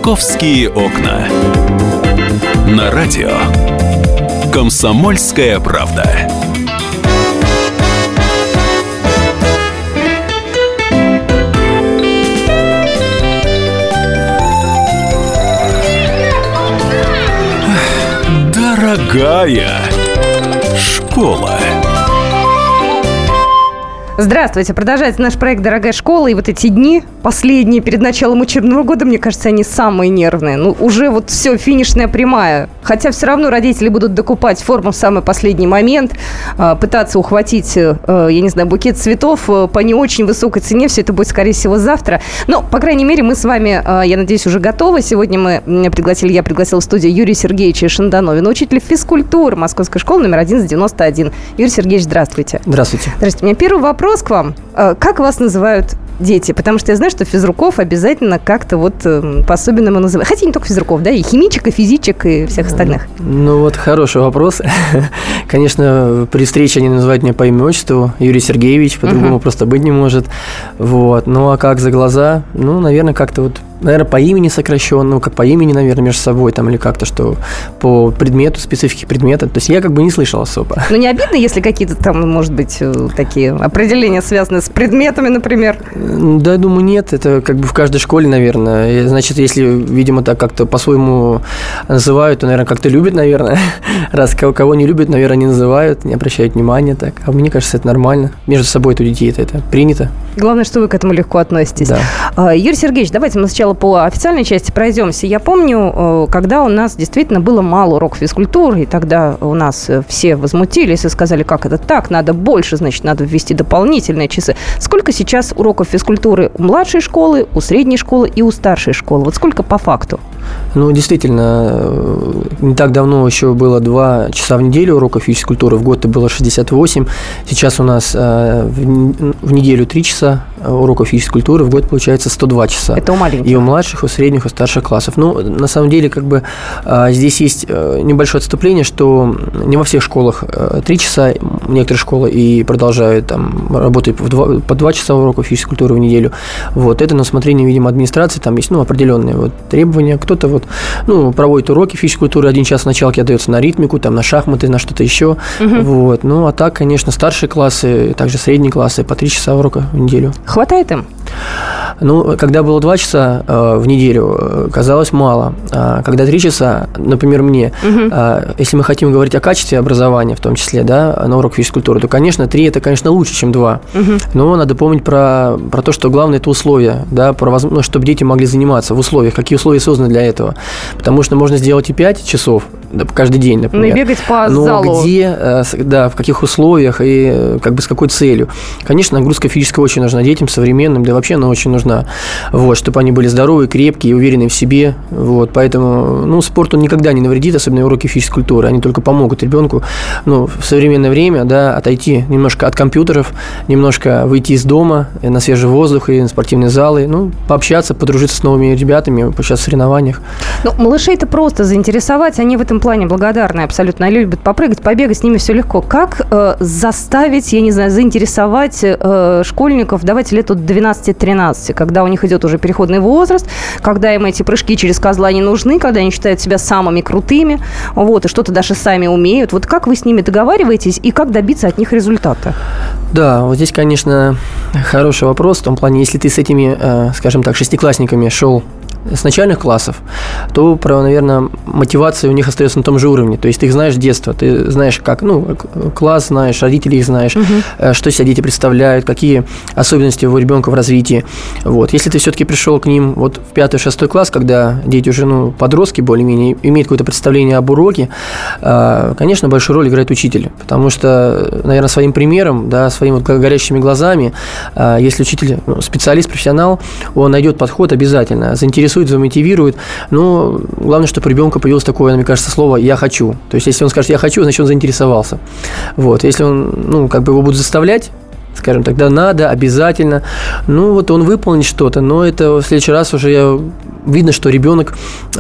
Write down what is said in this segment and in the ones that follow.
«Московские окна». На радио «Комсомольская правда». Дорогая школа. Здравствуйте. Продолжается наш проект «Дорогая школа». И вот эти дни, последние перед началом учебного года, мне кажется, они самые нервные. Уже вот все, финишная прямая. Хотя все равно родители будут докупать форму в самый последний момент, пытаться ухватить, я не знаю, букет цветов по не очень высокой цене. Все это будет, скорее всего, завтра. Но, по крайней мере, мы с вами, я надеюсь, уже готовы. Сегодня я пригласила в студию Юрия Сергеевича Шандановина, учителя физкультуры Московской школы номер 1191. Юрий Сергеевич, здравствуйте. Здравствуйте. Здравствуйте. У меня первый вопрос к вам. Как вас называют дети? Потому что я знаю, что физруков обязательно как-то вот по-особенному называют. Хотя не только физруков, да, и химичек, и физичек, и всех остальных. Ну вот хороший вопрос. Конечно, при встрече они называют меня по имени-отчеству Юрий Сергеевич, по-другому просто быть не может. Вот. Ну а как за глаза? Ну, наверное, как-то вот, наверное, по имени сокращенно, как по имени, наверное, между собой там или как-то, что по предмету, специфике предмета. То есть я как бы не слышал особо. Ну не обидно, если какие-то там, может быть, такие определения связаны с предметами, например? Да, я думаю, нет. Это как бы в каждой школе, наверное. И, значит, если, видимо, так как-то по-своему называют, то, наверное, как-то любят, наверное. Раз кого не любят, наверное, не называют, не обращают внимания. Так. А мне кажется, это нормально. Между собой у детей это принято. Главное, что вы к этому легко относитесь. Да. Юрий Сергеевич, давайте мы сначала по официальной части пройдемся. Я помню, когда у нас действительно было мало уроков физкультуры, и тогда у нас все возмутились и сказали, как это так, надо больше, значит, надо ввести дополнительные часы. Сколько сейчас уроков физкультуры у младшей школы, у средней школы и у старшей школы? Вот сколько по факту? Ну, действительно, не так давно еще было 2 часа в неделю уроков физкультуры, в год это было 68. Сейчас у нас в неделю 3 часа уроков физкультуры, в год получается 102 часа. Это у маленьких? И у младших, у средних, у старших классов. Ну, на самом деле, как бы здесь есть небольшое отступление, что не во всех школах 3 часа, некоторые школы и продолжают там работать по 2 часа уроков физкультуры в неделю. Вот, это на усмотрение, видимо, администрации, там есть, определенные вот требования. Кто-то вот, проводит уроки физкультуры, 1 час в началке отдается на ритмику, там, на шахматы, на что-то еще. Вот, а так, конечно, старшие классы, также средние классы, по 3 часа урока в неделю. Хватает им? Когда было 2 часа в неделю, казалось мало. Когда 3 часа, например, мне, если мы хотим говорить о качестве образования, в том числе, да, на урок физкультуры, то, конечно, 3 – это, конечно, лучше, чем 2. Но надо помнить про то, что главное – это условия, да, чтобы дети могли заниматься в условиях, какие условия созданы для этого. Потому что можно сделать и 5 часов каждый день, например. Ну и бегать по залу. Но где, да, в каких условиях и как бы с какой целью. Конечно, нагрузка физическая очень нужна детям современным, да и вообще она очень нужна, вот, чтобы они были здоровые, крепкие, уверенные в себе, вот, поэтому, спорт, он никогда не навредит, особенно уроки физкультуры, они только помогут ребенку, в современное время, да, отойти немножко от компьютеров, немножко выйти из дома на свежий воздух и на спортивные залы, пообщаться, подружиться с новыми ребятами, поучаствовать в соревнованиях. Малышей-то просто заинтересовать, они в этом плане благодарны абсолютно, они любят попрыгать, побегать, с ними все легко. Как заставить, я не знаю, заинтересовать школьников, давайте лет от 12-13, когда у них идет уже переходный возраст, когда им эти прыжки через козла не нужны, когда они считают себя самыми крутыми, вот, и что-то даже сами умеют. Вот как вы с ними договариваетесь и как добиться от них результата? Да, вот здесь, конечно, хороший вопрос в том плане, если ты с этими, скажем так, шестиклассниками шел с начальных классов, то, наверное, мотивация у них остается на том же уровне. То есть ты их знаешь с детства, ты знаешь, как, класс знаешь, родители их знаешь, что себя дети представляют, какие особенности у ребенка в развитии. Вот. Если ты все-таки пришел к ним вот в 5-6 класс, когда дети уже, подростки более-менее, имеют какое-то представление об уроке, конечно, большую роль играет учитель, потому что, наверное, своим примером, да, своими горящими глазами, если учитель, специалист, профессионал, он найдет подход обязательно, заинтересует, замотивирует. Но главное, чтобы у ребенка появилось такое, мне кажется, слово «я хочу». То есть, если он скажет «я хочу», значит, он заинтересовался. Вот. Если он, его будут заставлять, скажем так, да, надо, обязательно, он выполнит что-то, но это в следующий раз уже видно, что ребенок, у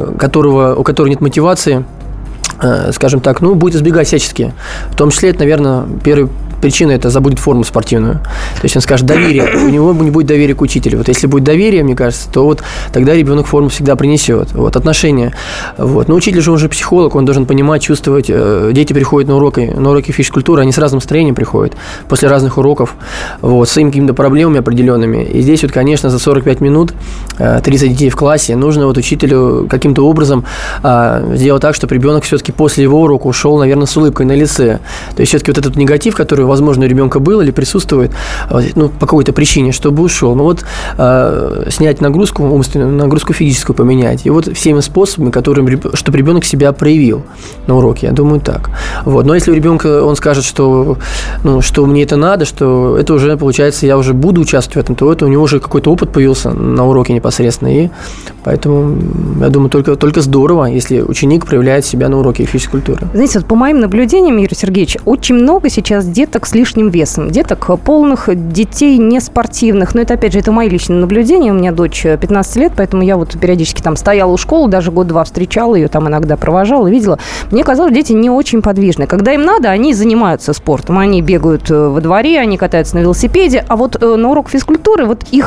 которого нет мотивации, скажем так, будет избегать всячески. В том числе, это, наверное, причина – это забудет форму спортивную. То есть он скажет доверие, у него не будет доверия к учителю. Вот если будет доверие, мне кажется, то вот тогда ребенок форму всегда принесет. Вот, отношения. Вот. Но учитель же, он же психолог, он должен понимать, чувствовать. Дети приходят на уроки физкультуры, они с разным настроением приходят, после разных уроков, вот, с своими какими-то проблемами определенными. И здесь вот, конечно, за 45 минут 30 детей в классе нужно вот учителю каким-то образом сделать так, чтобы ребенок все-таки после его урока ушел, наверное, с улыбкой на лице. То есть все-таки вот этот негатив, который, возможно, у ребенка был или присутствует, ну, по какой-то причине, чтобы ушел. Ну вот снять нагрузку умственную, нагрузку физическую поменять. И вот всеми способами, чтобы ребенок себя проявил на уроке. Я думаю, так. Вот. Но если у ребенка он скажет, что, ну, что мне это надо, что это уже, получается, я уже буду участвовать в этом, то это у него уже какой-то опыт появился на уроке непосредственно. И поэтому, я думаю, только здорово, если ученик проявляет себя на уроке физкультуры. Знаете, вот по моим наблюдениям, Юрий Сергеевич, очень много сейчас деток с лишним весом. Деток полных, детей неспортивных. Но это, опять же, это мои личные наблюдения. У меня дочь 15 лет, поэтому я вот периодически там стояла у школы, даже год-два встречала ее, там иногда провожала, видела. Мне казалось, дети не очень подвижны. Когда им надо, они занимаются спортом. Они бегают во дворе, они катаются на велосипеде. А вот на урок физкультуры вот их...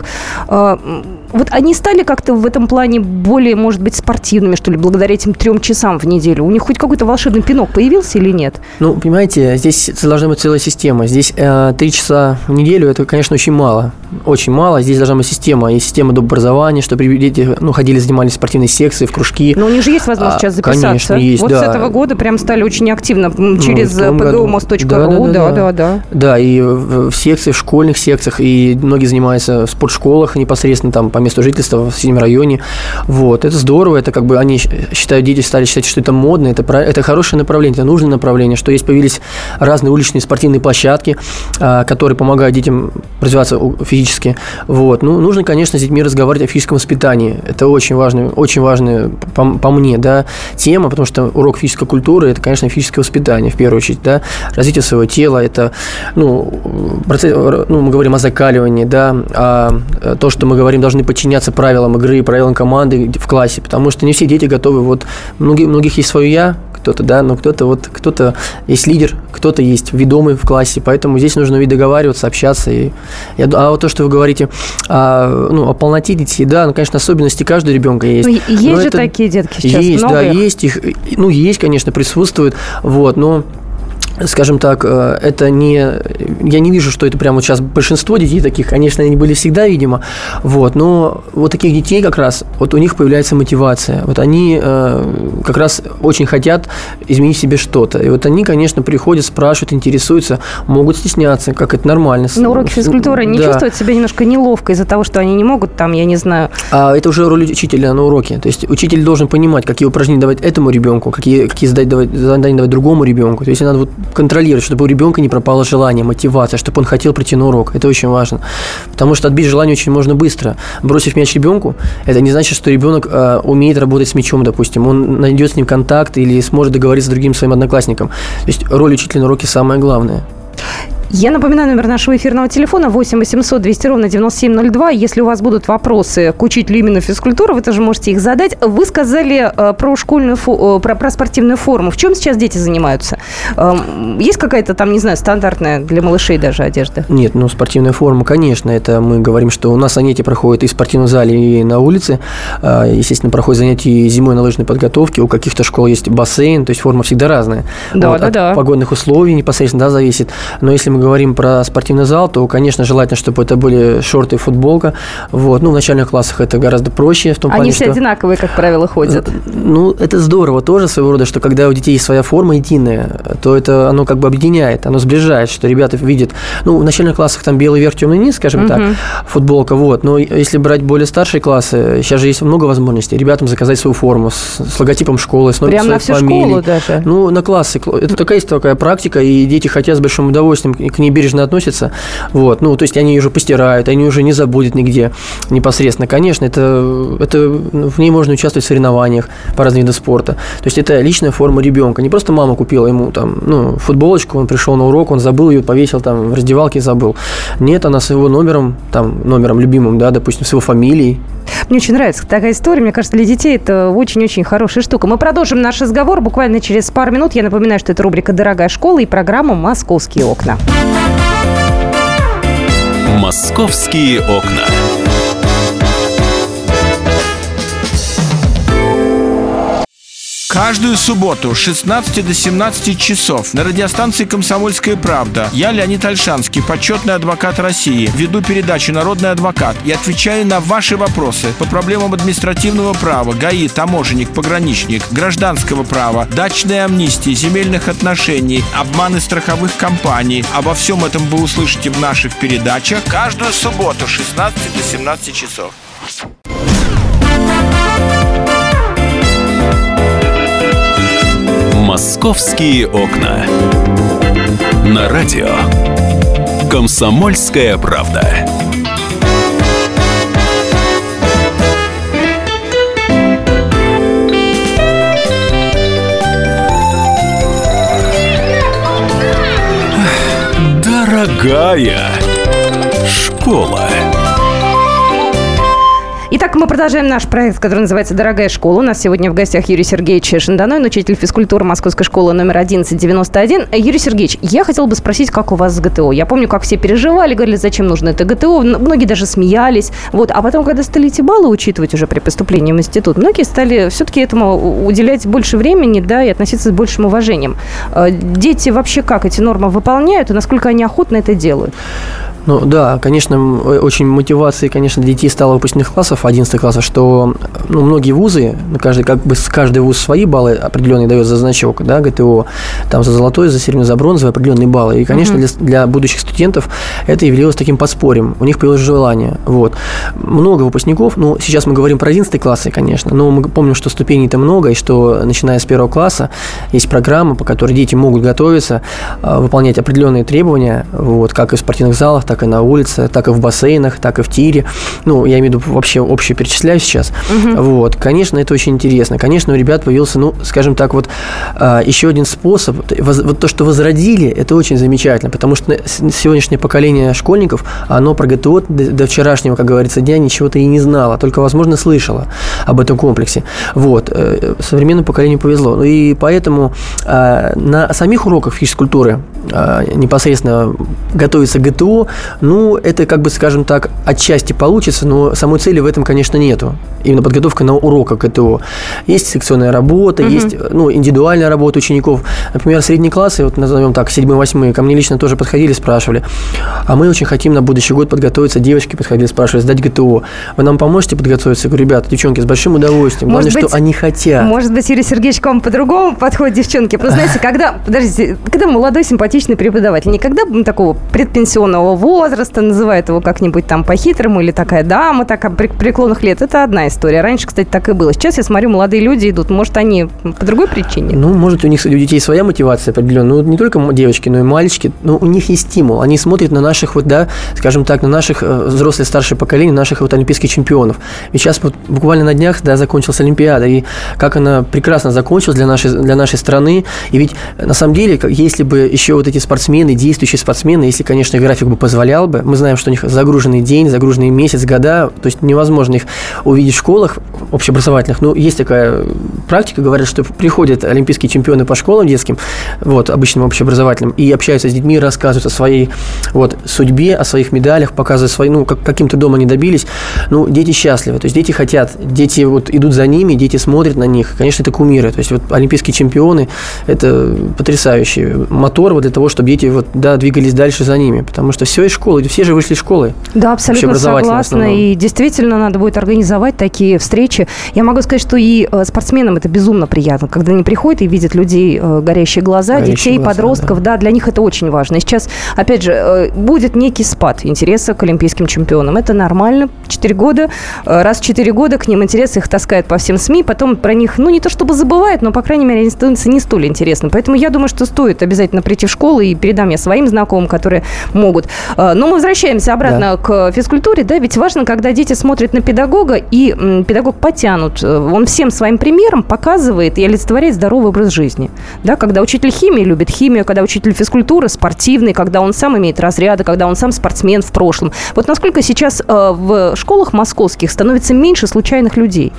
Вот они стали как-то в этом плане более, может быть, спортивными, что ли, благодаря этим 3 часам в неделю. У них хоть какой-то волшебный пинок появился или нет? Ну, понимаете, здесь должна быть целая система. Здесь 3 часа в неделю – это, конечно, очень мало. Очень мало. Здесь должна быть система. Есть система доп. Образования, чтобы дети ходили, занимались в спортивной секции, в кружки. Но у них же есть возможность сейчас записаться. Конечно, есть, вот да. С этого года прям стали очень активно через pgumos.ru. Да, и в секциях, в школьных секциях, и многие занимаются в спортшколах непосредственно там по месту жительства в соседнем районе. Вот. Это здорово, это как бы они считают, дети стали считать, что это модно, это хорошее направление, это нужное направление, что есть появились разные уличные спортивные площадки, которые помогают детям развиваться физически. Вот. Ну, нужно, конечно, с детьми разговаривать о физическом воспитании. Это очень важная по мне, да, тема, потому что урок физической культуры – это, конечно, физическое воспитание, в первую очередь, да, развитие своего тела, это, процесс, мы говорим о закаливании, да, то, что мы говорим, должны подчиняться правилам игры, правилам команды в классе, потому что не все дети готовы, вот, у многих есть свое «я», кто-то, да, но кто-то есть лидер, кто-то есть ведомый в классе, поэтому здесь нужно договариваться, общаться. А вот то, что вы говорите о полноте детей, да, конечно, особенности каждого ребенка есть. Есть же такие детки сейчас, есть, много да, их? есть их, есть, конечно, присутствуют, вот, но... Скажем так, это не... Я не вижу, что это прямо вот сейчас большинство детей таких, конечно, они были всегда, видимо, вот, но вот таких детей как раз, вот у них появляется мотивация, вот они как раз очень хотят изменить в себе что-то, и вот они, конечно, приходят, спрашивают, интересуются, могут стесняться, как это нормально. На уроке физкультуры не чувствуют себя немножко неловко из-за того, что они не могут там, я не знаю... Это уже роль учителя на уроке, то есть учитель должен понимать, какие упражнения давать этому ребенку, какие задания давать другому ребенку, то есть надо вот контролировать, чтобы у ребенка не пропало желание, мотивация, чтобы он хотел прийти на урок. Это очень важно. Потому что отбить желание очень можно быстро. Бросив мяч ребенку, это не значит, что ребенок умеет работать с мячом, допустим. Он найдет с ним контакт или сможет договориться с другим своим одноклассником. То есть роль учителя на уроке самое главное. Я напоминаю номер нашего эфирного телефона 8 800 200 ровно 9702. Если у вас будут вопросы к учителю именно физкультуры, вы тоже можете их задать. Вы сказали про спортивную форму. В чем сейчас дети занимаются? Есть какая-то там, не знаю, стандартная для малышей даже одежда? Нет, спортивная форма, конечно. Это мы говорим, что у нас занятия проходят и в спортивном зале, и на улице. Естественно, проходят занятия и зимой на лыжной подготовке. У каких-то школ есть бассейн, то есть форма всегда разная. Да. От погодных условий непосредственно, зависит. Но если мы говорим про спортивный зал, то, конечно, желательно, чтобы это были шорты и футболка. Вот. В начальных классах это гораздо проще. В том плане, они все одинаковые, как правило, ходят. Это здорово тоже своего рода, что когда у детей есть своя форма единая, то это оно как бы объединяет, оно сближает, что ребята видят. В начальных классах там белый верх, темный низ, скажем так, футболка. Вот. Но если брать более старшие классы, сейчас же есть много возможностей ребятам заказать свою форму с логотипом школы, с прям на всю фамилией. Школу даже? На классы. Это есть такая практика, и дети хотят с большим удовольствием к ней бережно относятся. Вот. То есть они ее уже постирают, они уже не забудут нигде непосредственно. Конечно, это в ней можно участвовать в соревнованиях по разным видам спорта. То есть это личная форма ребенка. Не просто мама купила ему футболочку, он пришел на урок, он забыл ее, повесил там в раздевалке и забыл. Нет, она с его номером любимым, да, допустим, с его фамилией. Мне очень нравится такая история. Мне кажется, для детей это очень-очень хорошая штука. Мы продолжим наш разговор буквально через пару минут. Я напоминаю, что это рубрика «Дорогая школа» и программа «Московские окна». «Московские окна». Каждую субботу с 16 до 17 часов на радиостанции «Комсомольская правда» я, Леонид Ольшанский, почетный адвокат России, веду передачу «Народный адвокат» и отвечаю на ваши вопросы по проблемам административного права, ГАИ, таможенник, пограничник, гражданского права, дачной амнистии, земельных отношений, обманы страховых компаний. Обо всем этом вы услышите в наших передачах каждую субботу с 16 до 17 часов. «Московские окна». На радио «Комсомольская правда». Дорогая школа. Итак, мы продолжаем наш проект, который называется «Дорогая школа». У нас сегодня в гостях Юрий Сергеевич Шанданойн, учитель физкультуры Московской школы номер 1191. Юрий Сергеевич, я хотела бы спросить, как у вас с ГТО? Я помню, как все переживали, говорили, зачем нужно это ГТО. Многие даже смеялись. Вот. А потом, когда стали эти баллы учитывать уже при поступлении в институт, многие стали все-таки этому уделять больше времени, да, и относиться с большим уважением. Дети вообще как эти нормы выполняют и насколько они охотно это делают? Ну да, конечно, очень мотивацией, конечно, для детей стало выпускных классов, 11 классов, что многие вузы, каждый вуз свои баллы определенные дает за значок, да, ГТО, там за золотой, за серебряный, за бронзовый определенные баллы. И, конечно, для будущих студентов это являлось таким подспорьем. У них появилось желание. Вот. Много выпускников, сейчас мы говорим про 11 классы, конечно, но мы помним, что ступеней-то много, и что, начиная с 1 класса, есть программа, по которой дети могут готовиться, выполнять определенные требования, вот, как и в спортивных залах, так и на улице, так и в бассейнах, так и в тире. Я имею в виду вообще общее перечисляю сейчас. Вот. Конечно, это очень интересно. Конечно, у ребят появился, скажем так, еще один способ. Вот то, что возродили, это очень замечательно, потому что сегодняшнее поколение школьников, оно про ГТО до вчерашнего, как говорится, дня ничего-то и не знало, только, возможно, слышало об этом комплексе. Вот. Современному поколению повезло. И поэтому на самих уроках физкультуры непосредственно готовиться к ГТО, это, скажем так, отчасти получится, но самой цели в этом, конечно, нету. Именно подготовка на уроках ГТО. Есть секционная работа, есть индивидуальная работа учеников. Например, средние классы, назовем так, 7-8, ко мне лично тоже подходили, спрашивали, а мы очень хотим на будущий год подготовиться. Девочки подходили, спрашивали, сдать ГТО. Вы нам поможете подготовиться? Я говорю, ребята, девчонки, с большим удовольствием. Главное, что они хотят. Может быть, Юрий Сергеевич, к вам по-другому подходит, девчонки. Просто, знаете, когда молодой, симпатичный преподаватель, никогда такого предпенсионного возраста, называют его как-нибудь там по-хитрому, или такая дама, такая преклонных лет, это одна история. Раньше, кстати, так и было. Сейчас я смотрю, молодые люди идут, может, они по другой причине? Может, у детей своя мотивация определенная. Не только девочки, но и мальчики, но у них есть стимул. Они смотрят на наших, скажем так, на наших взрослое старшее поколение, наших олимпийских чемпионов. Ведь сейчас буквально на днях, закончилась Олимпиада, и как она прекрасно закончилась для нашей страны. И ведь, на самом деле, если бы еще эти спортсмены, действующие спортсмены, если, конечно, график бы позволял бы, мы знаем, что у них загруженный день, загруженный месяц, года, то есть невозможно их увидеть в школах общеобразовательных. Есть такая практика, говорят, что приходят олимпийские чемпионы по школам детским, обычным общеобразовательным, и общаются с детьми, рассказывают о своей судьбе, о своих медалях, показывают свои, каким-то дома они добились. Дети счастливы, то есть дети хотят, дети идут за ними, дети смотрят на них, конечно, это кумиры, то есть олимпийские чемпионы, это потрясающий мотор для того, чтобы дети двигались дальше за ними, потому что все из школы, все же вышли из школы. Да, абсолютно согласна, и действительно надо будет организовать такие встречи. Я могу сказать, что и спортсменам это безумно приятно, когда они приходят и видят людей, горящие глаза, детей, подростков, да, для них это очень важно. И сейчас, опять же, будет некий спад интереса к олимпийским чемпионам. Это нормально, 4 года, раз в 4 года к ним интерес, их таскают по всем СМИ, потом про них, не то чтобы забывают, но, по крайней мере, они становятся не столь интересны. Поэтому я думаю, что стоит обязательно прийти в школу, и передам я своим знакомым, которые могут. Но мы возвращаемся обратно к физкультуре, да, ведь важно, когда дети смотрят на педагога, и педагог потянут. Он всем своим примером показывает и олицетворяет здоровый образ жизни. Да, когда учитель химии любит химию, когда учитель физкультуры спортивный, когда он сам имеет разряды, когда он сам спортсмен в прошлом. Вот насколько сейчас в школах московских становится меньше случайных людей,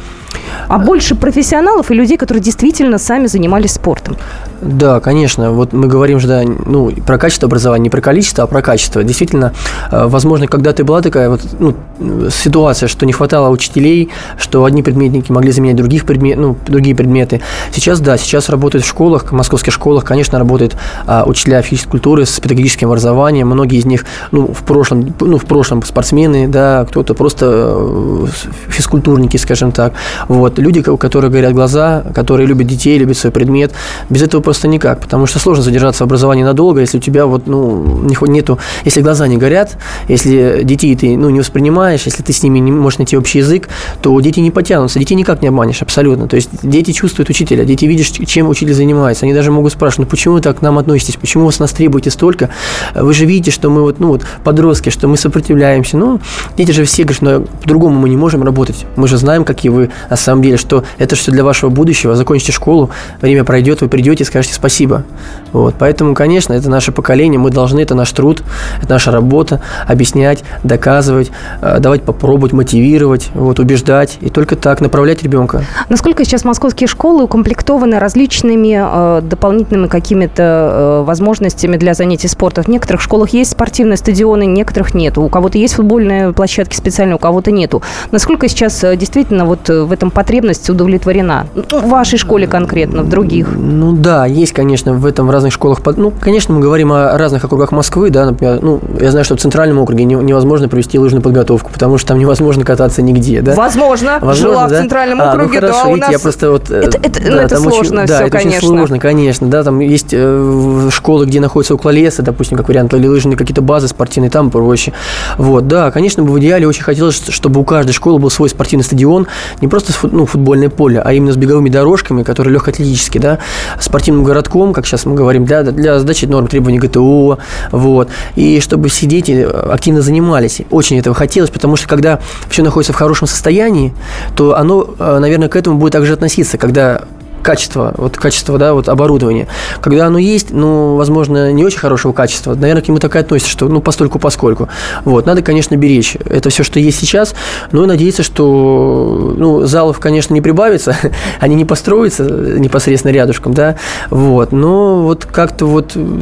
а больше профессионалов и людей, которые действительно сами занимались спортом? Да, конечно. Вот мы говорим же, да, ну, про качество образования, не про количество, а про качество. Действительно, возможно, когда-то была такая вот, ну, ситуация, что не хватало учителей, что одни предметники могли заменять другие предметы. Сейчас, да, сейчас работают в школах, в московских школах, конечно, работают учителя физкультуры с педагогическим образованием. Многие из них, в прошлом спортсмены, да, кто-то просто физкультурники, скажем так. Вот. Люди, у которых горят глаза, которые любят детей, любят свой предмет. Без этого просто никак, потому что сложно задержаться в образовании надолго, если у тебя нету, если глаза не горят, если детей ты не воспринимаешь, если ты с ними не можешь найти общий язык, то дети не потянутся, детей никак не обманешь абсолютно. То есть дети чувствуют учителя, дети видят, чем учитель занимается, они даже могут спрашивать, почему вы так к нам относитесь, почему вы с нас требуете столько, вы же видите, что мы подростки, что мы сопротивляемся. Дети же все говорят, по-другому мы не можем работать, мы же знаем, какие вы на самом деле, что это все для вашего будущего, закончите школу, время пройдет, вы придете и скажете спасибо. Вот. Поэтому, конечно, это наше поколение, мы должны, это наш труд, это наша работа, объяснять, доказывать, давать попробовать, мотивировать, убеждать, и только так направлять ребенка. Насколько сейчас московские школы укомплектованы различными дополнительными какими-то возможностями для занятий спортом? В некоторых школах есть спортивные стадионы, в некоторых нет. У кого-то есть футбольные площадки специальные, у кого-то нету. Насколько сейчас действительно в этом потребность удовлетворена? В вашей школе конкретно, в других? Да, есть, конечно, в разных школах. Конечно, мы говорим о разных округах Москвы, да, например, я знаю, что в Центральном округе невозможно провести лыжную подготовку, потому что там невозможно кататься нигде, да? Возможно, жила да? В Центральном округе, хорошо, да, видите, у нас... я просто это сложно все, это конечно. очень сложно, конечно, да, там есть школы, где находятся около леса, допустим, как вариант, или лыжные какие-то базы спортивные, там проще. Да, конечно, в идеале очень хотелось, чтобы у каждой школы был свой спортивный стадион, не просто футбольное поле, а именно с беговыми дорожками, которые легкоатлетические, да, спортивным городком, как сейчас мы говорим, для сдачи норм требований ГТО, и чтобы все дети активно занимались. Очень этого хотелось, потому что когда все находится в хорошем состоянии, то оно, наверное, к этому будет также относиться, когда качество, да, оборудования. Когда оно есть, возможно, не очень хорошего качества, наверное, к нему так и относится, что, постольку-поскольку. Надо, конечно, беречь это все, что есть сейчас, но и надеяться, что, залов, конечно, не прибавится, они не построятся непосредственно рядышком, да, но как-то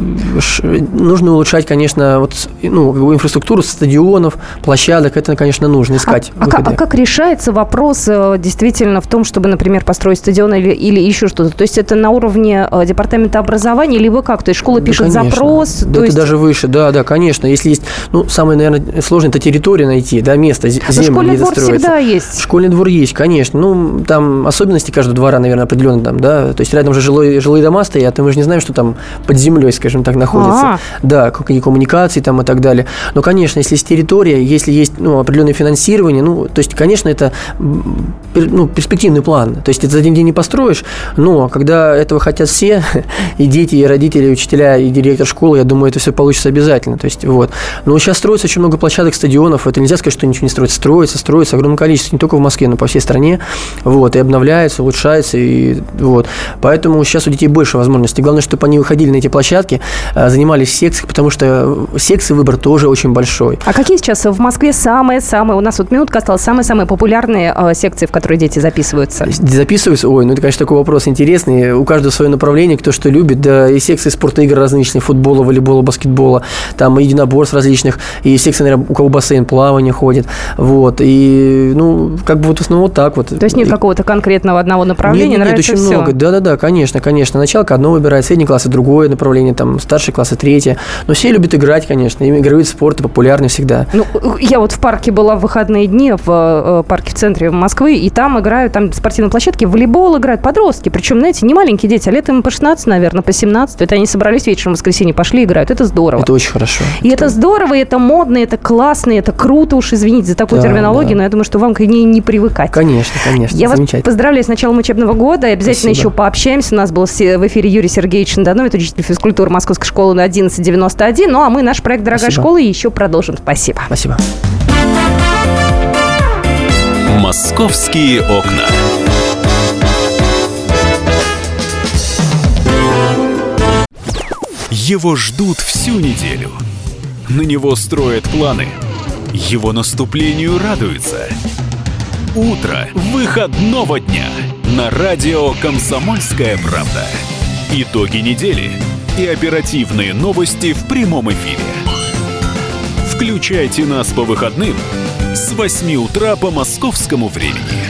нужно улучшать, конечно, инфраструктуру стадионов, площадок, это, конечно, нужно искать выходы. А как решается вопрос действительно в том, чтобы, например, построить стадион или еще что-то? То есть это на уровне департамента образования, либо как? То есть школа пишет запрос? Да, это даже выше, да, конечно. Если есть, самое, наверное, сложное, это территория найти, да, место, землю, где достроиться. Школьный двор всегда есть. Школьный двор есть, конечно. Там особенности каждого двора, наверное, определенно там, да. То есть рядом же жилые дома стоят, и мы же не знаем, что там под землей, скажем так, находится. Да, какие коммуникации там и так далее. Но, конечно, если есть территория, если есть, определенное финансирование, то есть, конечно, это, перспективный план. То есть это за один день не построишь, но когда этого хотят все, и дети, и родители, и учителя, и директор школы, я думаю, это все получится обязательно. То есть, Но сейчас строится очень много площадок, стадионов. Это нельзя сказать, что ничего не строится. Строится огромное количество, не только в Москве, но по всей стране. И обновляется, улучшается. Поэтому сейчас у детей больше возможностей. Главное, чтобы они выходили на эти площадки, занимались в секциях, потому что секции выбор тоже очень большой. А какие сейчас в Москве самые-самые, у нас минутка осталась, самые-самые популярные секции, в которые дети записываются? Записываются? Это, конечно, такой вопрос интересный. У каждого свое направление, кто что любит. Да, и секции спорта игр различных, футбола, волейбола, баскетбола, там и единоборств различных, и секции, наверное, у кого бассейн, плавание ходит. И, в основном так. То есть нет какого-то конкретного одного направления, нет, нравится очень все? много. Да, конечно. Началка одно выбирает, средний класс другое направление, там, старшие классы третье. Но все любят играть, конечно. Игровые спорты популярны всегда. Я в парке была в выходные дни, в парке в центре Москвы, и там играют, там спортивные площадки, волейбол играют, подростки подростки, причем, знаете, не маленькие дети, а лет им по 16, наверное, по 17. Это они собрались вечером в воскресенье, пошли, играют. Это здорово. Это очень хорошо. И это здорово, и это модно, и это классно, и это круто. Уж извините за такую терминологию, но я думаю, что вам к ней не привыкать. Конечно. Я вас поздравляю с началом учебного года. И обязательно еще пообщаемся. У нас был в эфире Юрий Сергеевич Ндановит, учитель физкультуры Московской школы на 1191. Ну, а мы наш проект «Дорогая школа» еще продолжим. Спасибо. Спасибо. «Московские окна». Его ждут всю неделю. На него строят планы. Его наступлению радуются. Утро выходного дня на радио «Комсомольская правда». Итоги недели и оперативные новости в прямом эфире. Включайте нас по выходным с 8 утра по московскому времени.